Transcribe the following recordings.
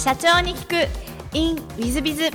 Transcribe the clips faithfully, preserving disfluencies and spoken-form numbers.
社長に聞く in ウィズビズ。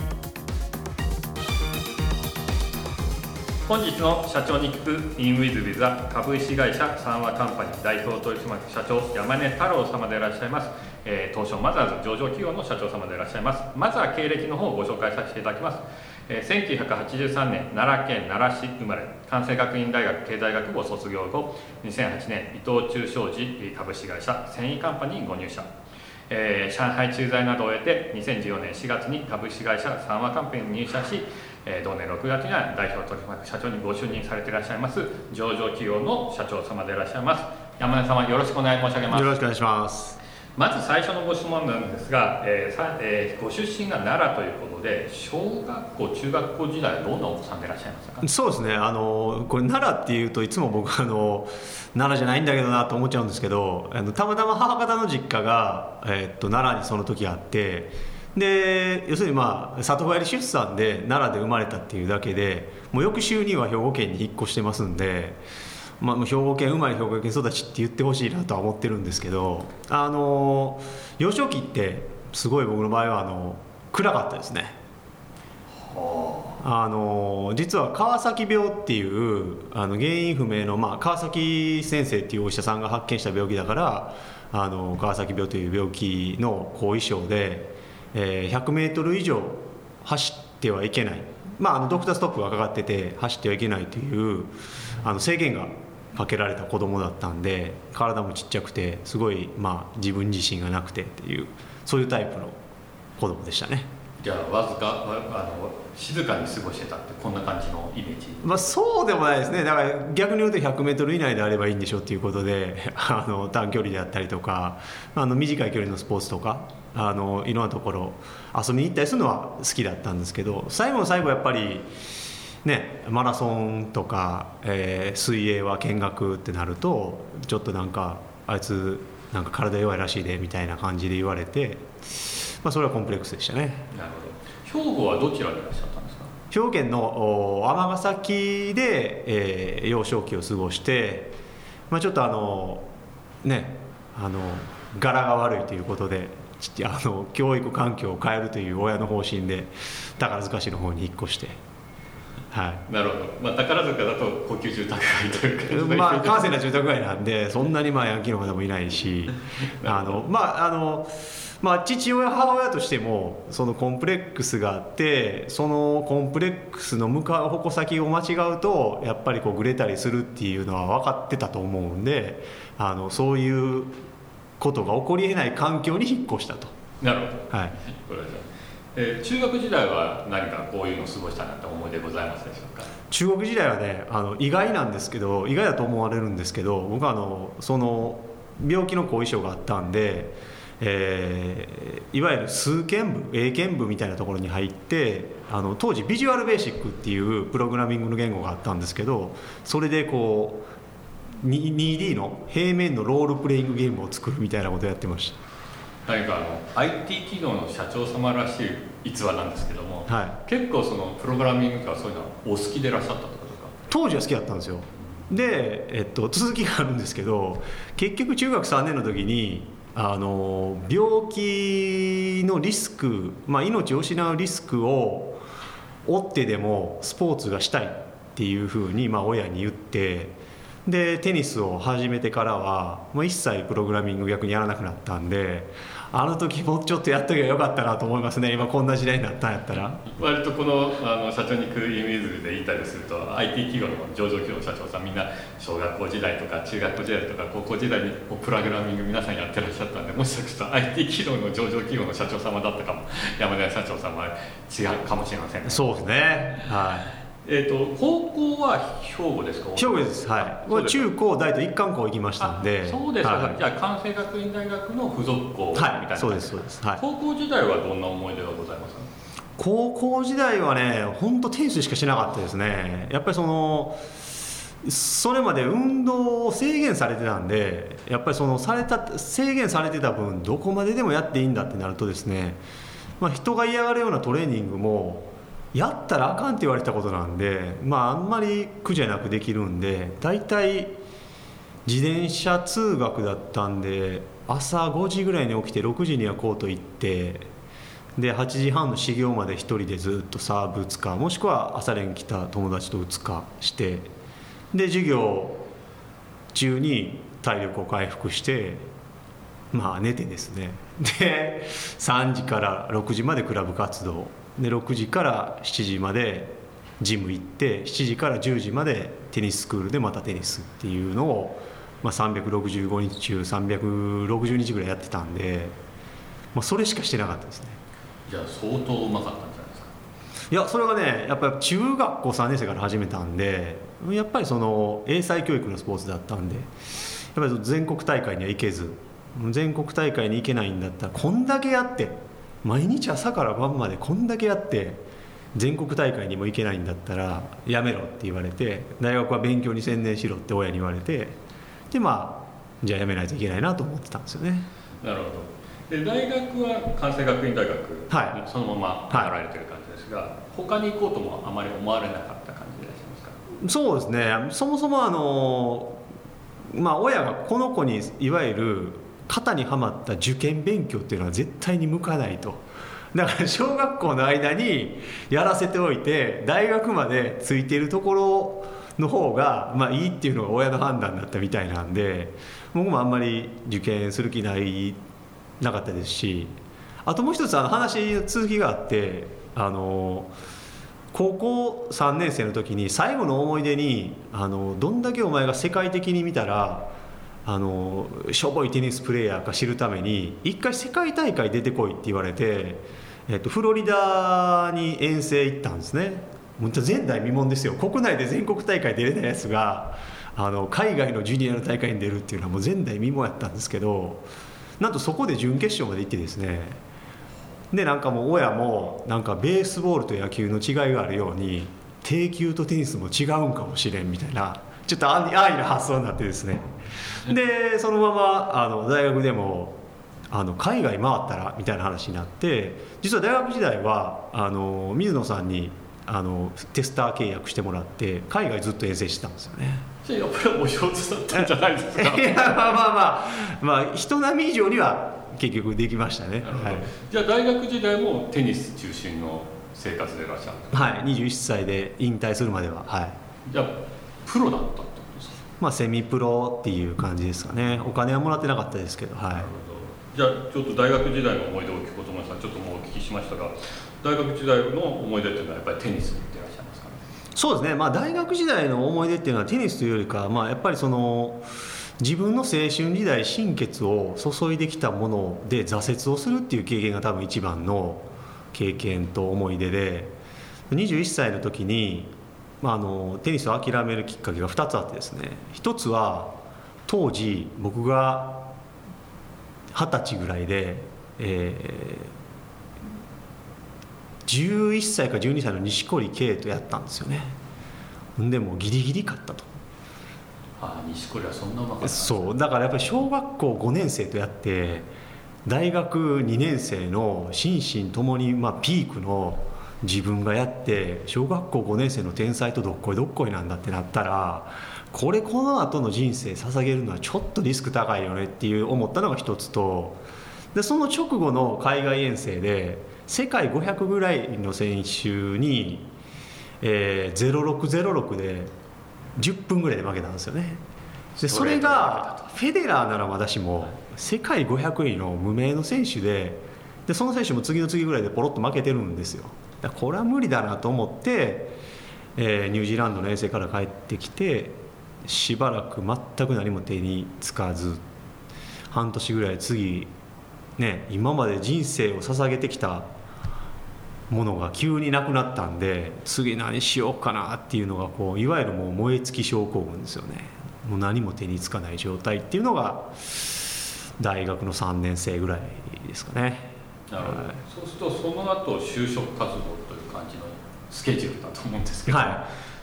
本日の社長に聞く in ウィズビズは株式会社三和カンパニー代表取締役社長山根太郎様でいらっしゃいます。えー、東証マザーズ上場企業の社長様でいらっしゃいます。まずは経歴の方をご紹介させていただきます。えー、せんきゅうひゃくはちじゅうさんねん奈良県奈良市生まれ、関西学院大学経済学部を卒業後、にせんはちねん伊藤忠商事株式会社繊維カンパニーにご入社。えー、上海駐在などを経てにせんじゅうよねんしがつに株式会社三和カンパニーに入社し、えー、同年ろくがつには代表取締役社長にご就任されていらっしゃいます上場企業の社長様でいらっしゃいます。山根様、よろしくお願い申し上げます。 よろしくお願いします。 まず最初のご質問なんですが、えーさえー、ご出身が奈良ということで、小学校中学校時代はどんなお子さんでいらっしゃいましたか？ そうですね、あのこれ奈良っていうといつも僕あの奈良じゃないんだけどなと思っちゃうんですけど、あのたまたま母方の実家が、えー、っと奈良にその時あって、で要するにまあ里帰り出産で奈良で生まれたっていうだけで、もう翌週には兵庫県に引っ越してますんで、まあ、兵庫県生まれ兵庫県育ちって言ってほしいなとは思ってるんですけど、あの幼少期ってすごい僕の場合はあの暗かったですね。あの実は川崎病っていうあの原因不明の、まあ、川崎先生っていうお医者さんが発見した病気だから、あの川崎病という病気の後遺症で、えー、ひゃくメートル以上走ってはいけない、まあ、あのドクターストップがかかってて走ってはいけないというあの制限がかけられた子供だったんで、体もちっちゃくてすごい、まあ、自分自身がなくてっていう、そういうタイプの子供でしたね。 じゃあわずかあの静かに過ごしてたってこんな感じのイメージ？ まあ、そうでもないですね。だから逆に言うとひゃくメートル以内であればいいんでしょっていうことで、あの短距離であったりとか、あの短い距離のスポーツとか、あのいろんなところ遊びに行ったりするのは好きだったんですけど、最後の最後やっぱりね、マラソンとか、えー、水泳は見学ってなるとちょっとなんかあいつなんか体弱いらしいでみたいな感じで言われて、まあ、それはコンプレックスでしたね。 なるほど。兵庫はどちらにいらっしゃったんですか？ 兵庫県の尼崎で、えー、幼少期を過ごして、まあ、ちょっとあのねあの柄が悪いということであの教育環境を変えるという親の方針で宝塚市の方に引っ越して、はい、 なるほど。まあ、宝塚だと高級住宅街というか、 まあ閑静な住宅街なんでそんなにまあヤンキーの方もいないしあのまああのまあ、父親母親としてもそのコンプレックスがあって、そのコンプレックスの向かう矛先を間違うとやっぱりこうグレたりするっていうのは分かってたと思うんで、あのそういうことが起こりえない環境に引っ越したと。 なるほど、 はい。 えー、中学時代は何かこういうのを過ごしたなって思い出ございますでしょうか？ 中学時代はね、あの意外なんですけど、意外だと思われるんですけど、僕はあのその病気の後遺症があったんで、えー、いわゆる数検部英検部みたいなところに入って、あの当時ビジュアルベーシックっていうプログラミングの言語があったんですけど、それでこう ツーディー の平面のロールプレイングゲームを作るみたいなことをやってました。 何かあの アイティー 企業の社長様らしい逸話なんですけども、 はい、 結構そのプログラミングとかそういうのはお好きでいらっしゃったってことですか？ 当時は好きだったんですよ。で、えっと、続きがあるんですけど、結局中学さんねんの時にあの病気のリスク、まあ、命を失うリスクを負ってでもスポーツがしたいっていうふうに、まあ、親に言って、でテニスを始めてからはもう一切プログラミング逆にやらなくなったんで、あの時もうちょっとやっときゃよかったなと思いますね。今こんな時代になったんやったら。 割とこのあの社長に行くイメージで言ったりすると アイティー 企業の上場企業の社長さんみんな小学校時代とか中学校時代とか高校時代にプログラミング皆さんやってらっしゃったんで、もしかしたら アイティー 企業の上場企業の社長様だったかも、山田社長さんは違うかもしれませんね。 そうですね、はい。 えー、と高校は兵庫ですか？ 兵庫です、はい。中高大と一貫校行きましたんで。 そうですか、 はい、 じゃあ関西学院大学の付属校みたいな、はい、 そうですそうです、はい。 高校時代はどんな思い出がございますか？ 高校時代はね、本当テニスしかしなかったですね。やっぱりそのそれまで運動を制限されてたんで、やっぱりそのされた制限されてた分どこまででもやっていいんだってなるとですね、まあ、人が嫌がるようなトレーニングもやったらあかんって言われたことなんで、まあ、あんまり苦じゃなくできるんで、だいたい自転車通学だったんで朝ごじぐらいに起きてろくじにはコート行って、 ではちじはんの始業まで一人でずっとサーブ打つか、もしくは朝練来た友達と打つかして、で授業中に体力を回復して、まあ寝てですね、でさんじからろくじまでクラブ活動で、ろくじからしちじまでジム行って、しちじからじゅうじまでテニススクールでまたテニスっていうのを、まあ、さんびゃくろくじゅうごにち中さんびゃくろくじゅうにちぐらいやってたんで、まあ、それしかしてなかったですね。 じゃあ相当うまかったんじゃないですか。 いや、それはね、やっぱり中学校さんねん生から始めたんで、やっぱりその英才教育のスポーツだったんで、やっぱり全国大会には行けず、全国大会に行けないんだったら、こんだけやって毎日朝から晩までこんだけやって全国大会にも行けないんだったらやめろって言われて、大学は勉強に専念しろって親に言われて、でまあじゃあやめないといけないなと思ってたんですよね。 なるほど。で大学は関西学院大学にそのまま上がられてる感じですが、はい、他に行こうともあまり思われなかった感じでいらっしゃいますか。 そうですね、そもそもあのまあ親がこの子にいわゆる型にはまった受験勉強っていうのは絶対に向かないと。だから小学校の間にやらせておいて大学までついているところの方がまあいいっていうのが親の判断だったみたいなんで、僕もあんまり受験する気ないなかったですし、あともう一つあの話の続きがあって、あの高校さんねん生の時に最後の思い出にあのどんだけお前が世界的に見たらあのしょぼいテニスプレーヤーか知るために一回世界大会出てこいって言われて、えっと、フロリダに遠征行ったんですね。本当前代未聞ですよ。国内で全国大会出れないやつがあの海外のジュニアの大会に出るっていうのはもう前代未聞やったんですけど、なんとそこで準決勝まで行ってですね、でなんかもう親もなんかベースボールと野球の違いがあるように低球とテニスも違うんかもしれんみたいな、ちょっと安易な発想になってですね、でそのままあの大学でもあの海外回ったらみたいな話になって、実は大学時代はあの水野さんにあのテスター契約してもらって海外ずっと遠征してたんですよね。 じゃあやっぱりお上手だったんじゃないですか。 いやまあまあまあまあ人並み以上には結局できましたね。 はい、じゃあ大学時代もテニス中心の生活でいらっしゃるんですか。 はい、にじゅういっさいで引退するまでは。はい、 じゃあプロだったってことですか。 まあセミプロっていう感じですかね。お金はもらってなかったですけど。はい、なるほど。じゃあちょっと大学時代の思い出を聞こうと思いますが、ちょっともうお聞きしましたが、大学時代の思い出っていうのはやっぱりテニスに行ってらっしゃいますかね。 そうですね、まあ、大学時代の思い出っていうのはテニスというよりか、まあ、やっぱりその自分の青春時代心血を注いできたもので挫折をするっていう経験が多分一番の経験と思い出で、にじゅういっさいの時に、まあ、あのテニスを諦めるきっかけがふたつあってですね、ひとつは当時僕がはたちぐらいで、えーじゅういっさいかじゅうにさいの錦織圭とやったんですよね。でもうギリギリ勝ったと。 ああ、錦織はそんなうまかったんですね。 そうだからやっぱり小学校ごねん生とやって大学にねん生の心身ともにまあピークの自分がやって小学校ごねん生の天才とどっこいどっこいなんだってなったら、これこの後の人生捧げるのはちょっとリスク高いよねっていう思ったのが一つと、でその直後の海外遠征で世界ごひゃくぐらいの選手に、えー、ゼロろくゼロろくでじゅっぷんぐらいで負けたんですよね。でそれがフェデラーならまだしも世界ごひゃくいの無名の選手 で, でその選手も次の次ぐらいでポロッと負けてるんですよ。だからこれは無理だなと思って、えー、ニュージーランドの遠征から帰ってきてしばらく全く何も手につかず、半年ぐらい次ね、今まで人生を捧げてきたものが急になくなったんで、次何しようかなっていうのがこういわゆるもう燃え尽き症候群ですよね。もう何も手につかない状態っていうのが大学のさんねん生ぐらいですかね。 なるほど、はい、そうするとその後就職活動という感じのスケジュールだと思うんですけど、はい、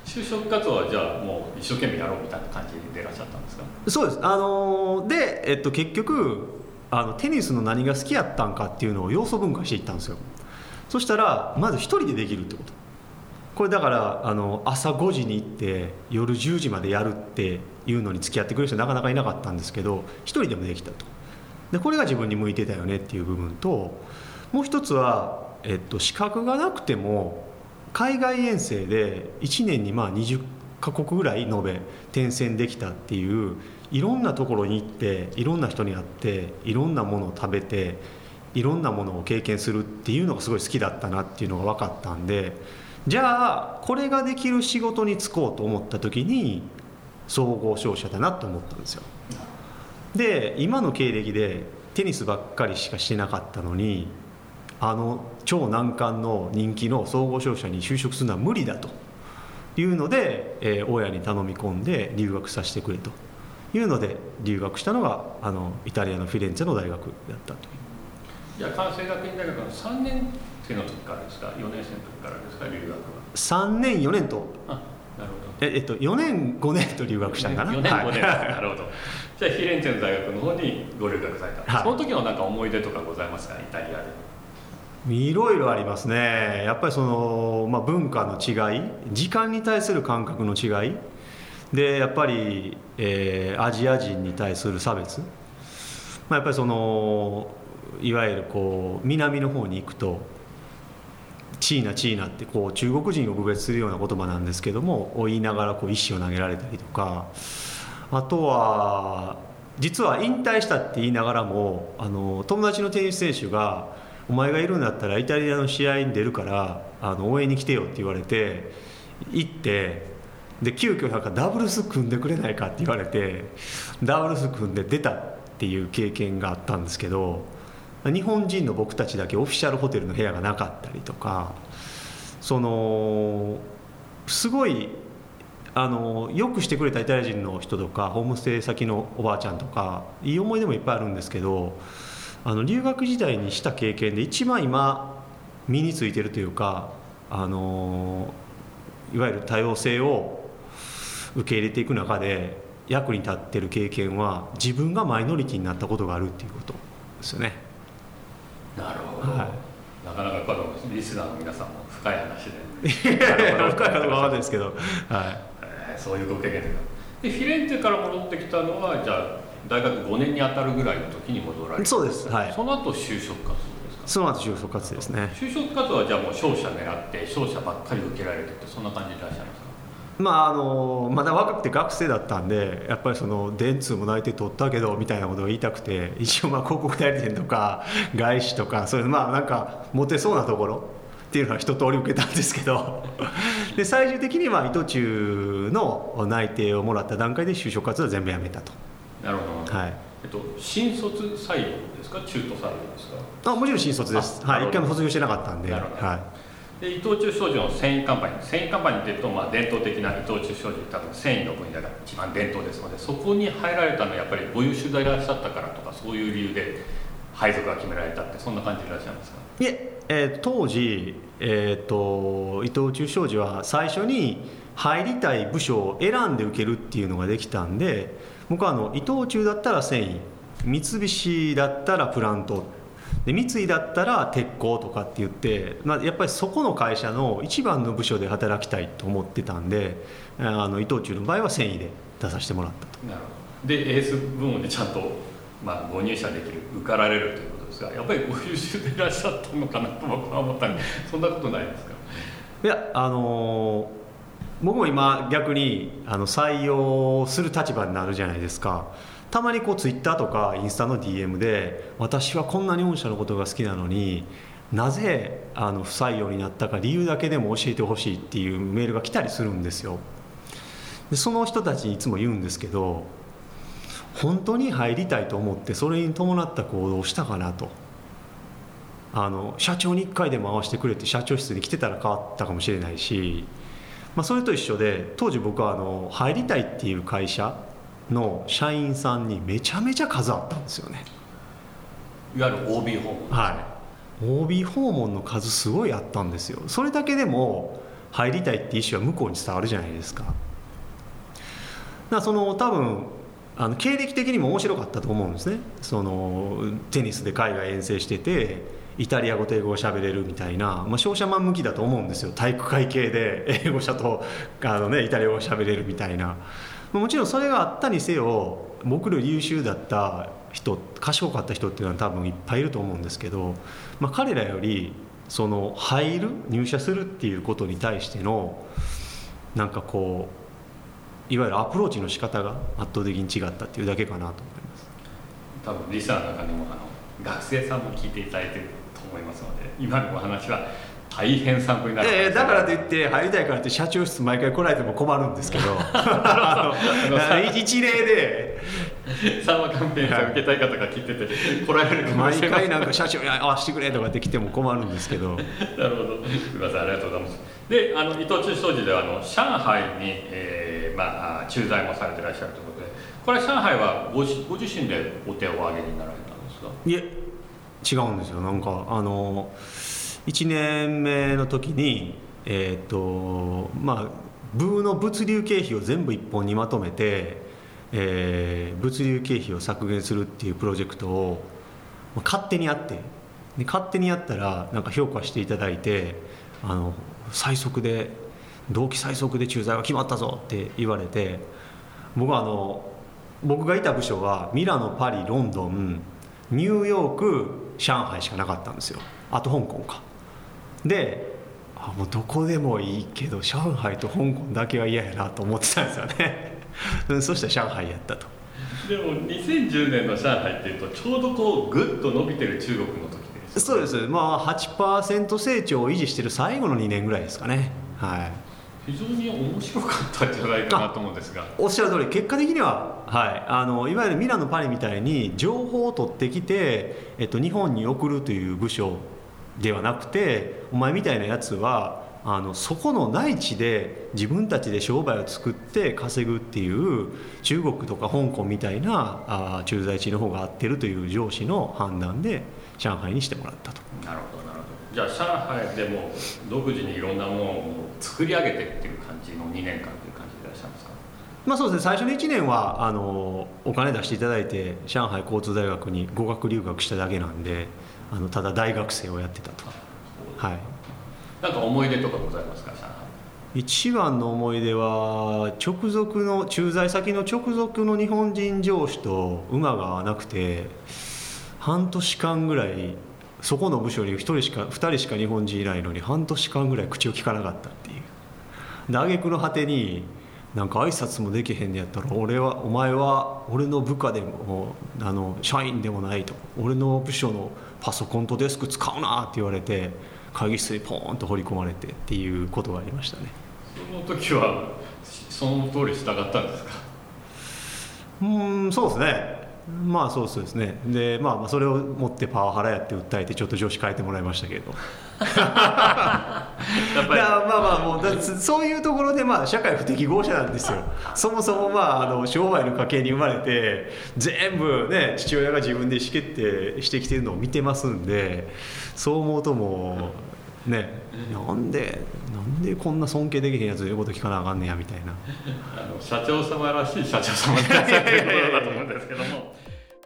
就職活動はじゃあもう一生懸命やろうみたいな感じでいらっしゃったんですか。 そうです。あのー、で、えっと、結局あのテニスの何が好きやったんかっていうのを要素分解していったんですよ。そしたらまず一人でできるってこと。これだからあの朝ごじに行って夜じゅうじまでやるっていうのに付き合ってくれる人なかなかいなかったんですけど、一人でもできたと。でこれが自分に向いてたよねっていう部分と、ももう一つは、えっと、資格がなくても海外遠征でいちねんにまあにじゅっかこくぐらい延べ転戦できたっていう、いろんなところに行っていろんな人に会っていろんなものを食べていろんなものを経験するっていうのがすごい好きだったなっていうのが分かったんで、じゃあこれができる仕事に就こうと思った時に総合商社だなと思ったんですよ。で今の経歴でテニスばっかりしかしてなかったのに、あの超難関の人気の総合商社に就職するのは無理だというので、えー、親に頼み込んで留学させてくれというので留学したのがあのイタリアのフィレンツェの大学だったという。 じゃあ関西学院大学のさんねん生の時からですか、よねん生の時からですか、留学は。 さんねんよねんと、 あ、なるほど。 ええっとよねんごねんと留学したんかな。 よねんごねん、 はい、 なるほど。じゃあフィレンツェの大学の方にご留学された、はい、その時のなんか思い出とかございますか、イタリアで。 いろいろありますね。やっぱりその、まあ、文化の違い、時間に対する感覚の違いで、やっぱり、えー、アジア人に対する差別、まあ、やっぱりそのいわゆるこう南の方に行くとチーナチーナってこう中国人を侮蔑するような言葉なんですけども言いながらこう石を投げられたりとか、あとは実は引退したって言いながらもあの友達のテニス選手がお前がいるんだったらイタリアの試合に出るからあの応援に来てよって言われて行って、で急遽なんかダブルス組んでくれないかって言われてダブルス組んで出たっていう経験があったんですけど、日本人の僕たちだけオフィシャルホテルの部屋がなかったりとか、そのすごいあのよくしてくれたイタリア人の人とかホームステイ先のおばあちゃんとかいい思い出もいっぱいあるんですけど、あの留学時代にした経験で一番今身についてるというか、あのいわゆる多様性を受け入れていく中で役に立ってる経験は自分がマイノリティになったことがあるっていうことですよね。 なるほど、はい、なかなかこのリスナーの皆さんも深い話で深いかどうかわかんないですけど、はい、 えー、そういうご経験ででフィレンツェから戻ってきたのはじゃあ大学ごねんに当たるぐらいの時に戻られた。 そうです、はい、 その後就職活動ですか。 その後就職活動ですね。 就職活動はじゃあもう商社狙って商社ばっかり受けられてってそんな感じでいらっしゃいますか。 まあ、あのまだ若くて学生だったんでやっぱりその電通も内定取ったけどみたいなことを言いたくて、一応まあ広告代理店とか外資とかそういうまあなんかモテそうなところっていうのは一通り受けたんですけどで最終的には伊藤忠の内定をもらった段階で就職活動は全部やめたと。 なるほど、 はい、 えっと、新卒採用ですか中途採用ですか。 あもちろん新卒です、はい、一回も卒業してなかったんで。 なるほど、 はいで伊藤忠商事の繊維カンパニー繊維カンパニーっていうと、まあ、伝統的な伊藤忠商事多分繊維の分野が一番伝統ですので、そこに入られたのはやっぱりご優秀でいらっしゃったからとかそういう理由で配属が決められたってそんな感じでいらっしゃいますか。 いえ、えー、当時、えー、と伊藤忠商事は最初に入りたい部署を選んで受けるっていうのができたんで、僕はあの伊藤忠だったら繊維、三菱だったらプラントで三井だったら鉄鋼とかって言って、まあ、やっぱりそこの会社の一番の部署で働きたいと思ってたんで、あの伊藤忠の場合は繊維で出させてもらったと。 なるほど。でエース部門でちゃんと、まあ、ご入社できる受かられるということですが、やっぱりご優秀でいらっしゃったのかなと僕は思ったんでそんなことないですか。 いやあのー、僕も今逆にあの採用する立場になるじゃないですか。たまにこうツイッターとかインスタの ディーエム で私はこんなに御社のことが好きなのになぜあの不採用になったか理由だけでも教えてほしいっていうメールが来たりするんですよ。でその人たちにいつも言うんですけど、本当に入りたいと思ってそれに伴った行動をしたかなと。あの社長にいっかいでも会わせてくれて社長室に来てたら変わったかもしれないし、まあ、それと一緒で当時僕はあの入りたいっていう会社の社員さんにめちゃめちゃ数あったんですよね。 いわゆる オービー 訪問ですね。 はい、オービー 訪問の数すごいあったんですよ。それだけでも入りたいって意思は向こうに伝わるじゃないですか。だからその多分あの経歴的にも面白かったと思うんですね。そのテニスで海外遠征しててイタリア語と英語が喋れるみたいな、まあ、商社マン向きだと思うんですよ。体育会系で英語社とあの、ね、イタリア語が喋れるみたいな。もちろんそれがあったにせよ僕より優秀だった人、賢かった人っていうのは多分いっぱいいると思うんですけど、まあ、彼らよりその入る入社するっていうことに対してのなんかこういわゆるアプローチの仕方が圧倒的に違ったっていうだけかなと思います。 多分リスナーの中にもあの学生さんも聞いていただいていると思いますので、今のお話は大変参考になる、 えー、だからといって入りたいからって社長室毎回来られても困るんですけど一例でサンマキャンペーンさん受けたい方が聞いてて来られるかもしれない。 毎回なんか社長に合わせてくれとかって来ても困るんですけどなるほど、すみません、ありがとうございます。で、あの伊藤忠商事ではあの上海に、えーまあ、駐在もされていらっしゃるということで、これ上海は ご, ご自身でお手をお挙げになられたんですか？ いえ、違うんですよ。なんかあのいちねんめの時に、えーとまあ、部の物流経費を全部一本にまとめて、えー、物流経費を削減するっていうプロジェクトを勝手にやって、で勝手にやったらなんか評価していただいて、あの最速で同期最速で駐在が決まったぞって言われて、僕はあの僕がいた部署はミラノ、パリ、ロンドン、ニューヨーク、上海しかなかったんですよ。あと香港かで、あもうどこでもいいけど上海と香港だけは嫌やなと思ってたんですよねそしたら上海やったと。 でもにせんじゅうねんの上海っていうとちょうどこうグッと伸びてる中国の時です、 ね、そうです。まあ はちパーセント 成長を維持してる最後のにねんぐらいですかね。はい、 非常に面白かったんじゃないかなと思うんですが。 おっしゃる通り、結果的には、はい、あのいわゆるミラノパリみたいに情報を取ってきて、えっと、日本に送るという部署ではなくて、お前みたいなやつはあのそこの内地で自分たちで商売を作って稼ぐっていう中国とか香港みたいなあ駐在地の方が合ってるという上司の判断で上海にしてもらったと。 なるほどなるほど。じゃあ上海でも独自にいろんなものを作り上げてっていう感じのにねんかんという感じでいらっしゃいますか？ まあそうですね、最初のいちねんはあのお金出していただいて上海交通大学に語学留学しただけなんで、あのただ大学生をやってたと。はい、 なんか思い出とかございますか？上海一番の思い出は直属の駐在先の直属の日本人上司と馬が合わなくて、半年間ぐらいそこの部署にひとりしかふたりしか日本人いないのに半年間ぐらい口を聞かなかったっていう。で挙句の果てになんか挨拶もできへんねやったら、俺はお前は俺の部下でもあの社員でもないと、俺の部署のパソコンとデスク使うなって言われて会議室にポーンと放り込まれてっていうことがありましたね。 その時はその通り従ったんですか？ うーん、そうですね。まあそうそうですね。で、まあそれを持ってパワハラやって訴えてちょっと上司変えてもらいましたけどやっぱりまあまあもうだそういうところでまあ社会不適合者なんですよ。そもそもまああの商売の家系に生まれて全部ね父親が自分で意思決定してきてるのを見てますんで、そう思うともうね、なんでなんでこんな尊敬できへんやつの言うこと聞かなあかんねやみたいなあの社長様らしい社長様でいらっしゃるということだと思うんですけども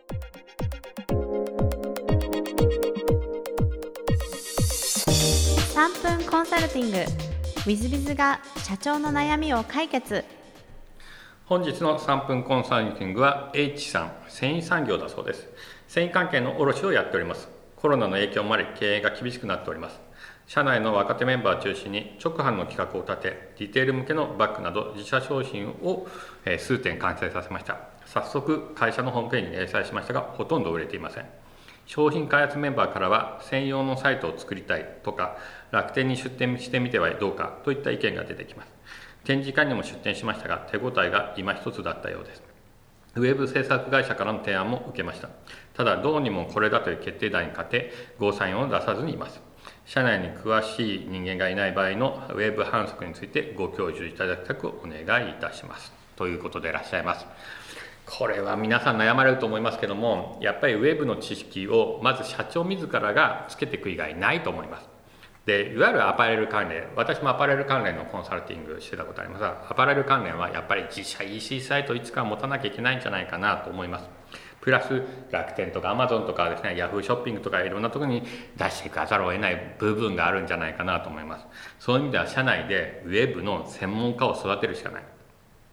さんぷんコンサルティング ウィズビズ が社長の悩みを解決。 本日のさんぷんコンサルティングは H さん、繊維産業だそうです。繊維関係の卸をやっております。コロナの影響もあり経営が厳しくなっております。社内の若手メンバーを中心に直販の企画を立て、リテール向けのバッグなど自社商品を数点完成させました。早速会社のホームページに掲載しましたが、ほとんど売れていません。商品開発メンバーからは専用のサイトを作りたいとか、楽天に出店してみてはどうかといった意見が出てきます。展示会にも出展しましたが、手応えが今一つだったようです。ウェブ制作会社からの提案も受けました。ただどうにもこれだという決定打に勝て、ゴーサインを出さずにいます。社内に詳しい人間がいない場合のウェブ反則についてご教授いただきたくお願いいたしますということでいらっしゃいます。これは皆さん悩まれると思いますけども、やっぱりウェブの知識をまず社長自らがつけていく以外ないと思います。で、いわゆるアパレル関連、私もアパレル関連のコンサルティングしてたことありますが、アパレル関連はやっぱり自社 イーシー サイトをいつか持たなきゃいけないんじゃないかなと思います。プラス楽天とかアマゾンとかですね、ヤフーショッピングとかいろんなところに出していかざるを得ない部分があるんじゃないかなと思います。そういう意味では社内でウェブの専門家を育てるしかない。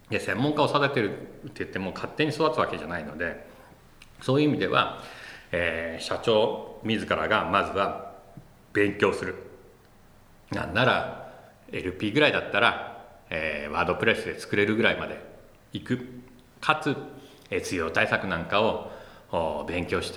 で専門家を育てるって言っても勝手に育つわけじゃないので、そういう意味では、えー、社長自らがまずは勉強する。なんなら エルピー ぐらいだったら、えー、ワードプレスで作れるぐらいまでいく。かつ エスイーオー 対策なんかを勉強して、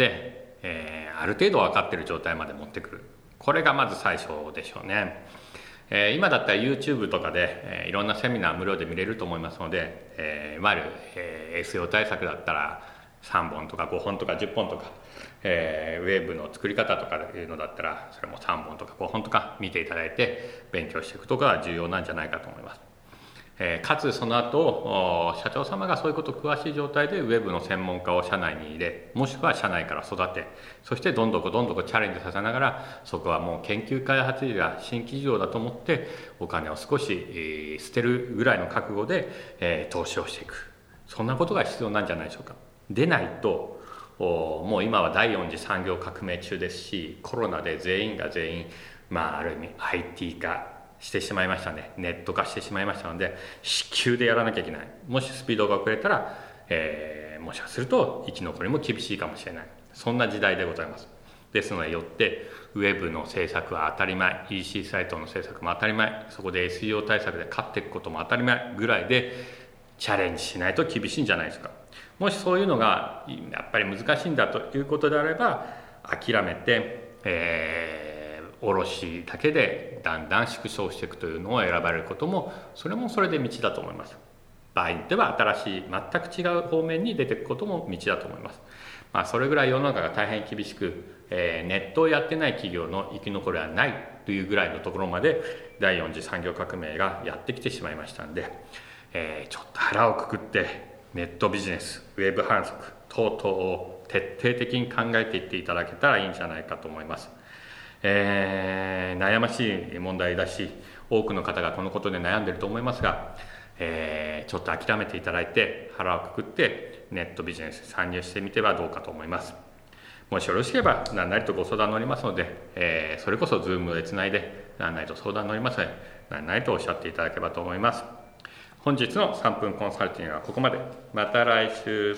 えー、ある程度分かっている状態まで持ってくる。これがまず最初でしょうね。えー、今だったら YouTube とかで、えー、いろんなセミナー無料で見れると思いますので、えー、いわゆる、えー、エスイーオー 対策だったらさんぼんとかごほんとかじゅっぽんとか、えー、ウェブの作り方とかいうのだったらそれもさんぼんとかごほんとか見ていただいて勉強していくとかが重要なんじゃないかと思います。えー、かつその後社長様がそういうこと詳しい状態でウェブの専門家を社内に入れ、もしくは社内から育て、そしてどんどこどんどこチャレンジさせながら、そこはもう研究開発費が新規事業だと思ってお金を少し、えー、捨てるぐらいの覚悟で、えー、投資をしていく。そんなことが必要なんじゃないでしょうか。でないともう今は第四次産業革命中ですし、コロナで全員が全員、まあ、ある意味 アイティー 化してしまいましたね。ネット化してしまいましたので、至急でやらなきゃいけない。もしスピードが遅れたら、えー、もしかすると生き残りも厳しいかもしれない。そんな時代でございます。ですのでよってウェブの制作は当たり前、 イーシー サイトの制作も当たり前、そこで エスイーオー 対策で勝っていくことも当たり前ぐらいでチャレンジしないと厳しいんじゃないですか。もしそういうのがやっぱり難しいんだということであれば諦めて、えー、卸だけでだんだん縮小していくというのを選ばれることも、それもそれで道だと思います。場合によっては新しい全く違う方面に出ていくことも道だと思います。まあ、それぐらい世の中が大変厳しく、えー、ネットをやってない企業の生き残りはないというぐらいのところまで第四次産業革命がやってきてしまいましたので、えー、ちょっと腹をくくってネットビジネス、ウェブ反則等々を徹底的に考えていっていただけたらいいんじゃないかと思います。えー、悩ましい問題だし、多くの方がこのことで悩んでいると思いますが、えー、ちょっと諦めていただいて腹をくくってネットビジネスに参入してみてはどうかと思います。もしよろしければ何なりとご相談乗りますので、えー、それこそ Zoom でつないで何なりと相談乗りますので何なりとおっしゃっていただければと思います。本日のさんぷんコンサルティングはここまで。また来週。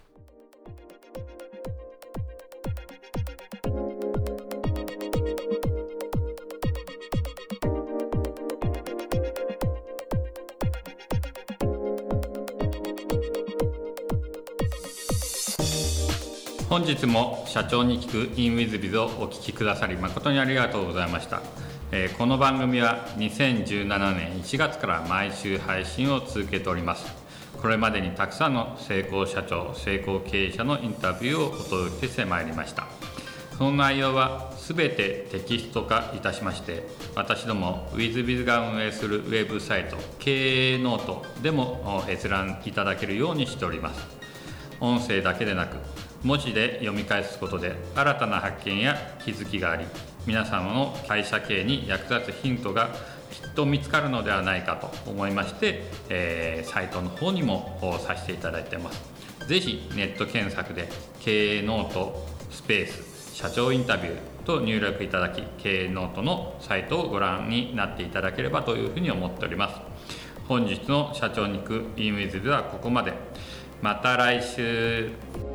本日も社長に聞く InWithBiz をお聞きくださり誠にありがとうございました。えー、この番組はにせんじゅうななねんいちがつから毎週配信を続けております。これまでにたくさんの成功社長、成功経営者のインタビューをお届けしてまいりました。その内容はすべてテキスト化いたしまして、私ども WithBiz が運営するウェブサイト経営ノートでも閲覧いただけるようにしております。音声だけでなく文字で読み返すことで新たな発見や気づきがあり、皆様の会社経営に役立つヒントがきっと見つかるのではないかと思いまして、えー、サイトの方にもさせていただいています。ぜひネット検索で経営ノートスペース社長インタビューと入力いただき、経営ノートのサイトをご覧になっていただければというふうに思っております。本日の社長に行く InWithBiz はここまで。また来週。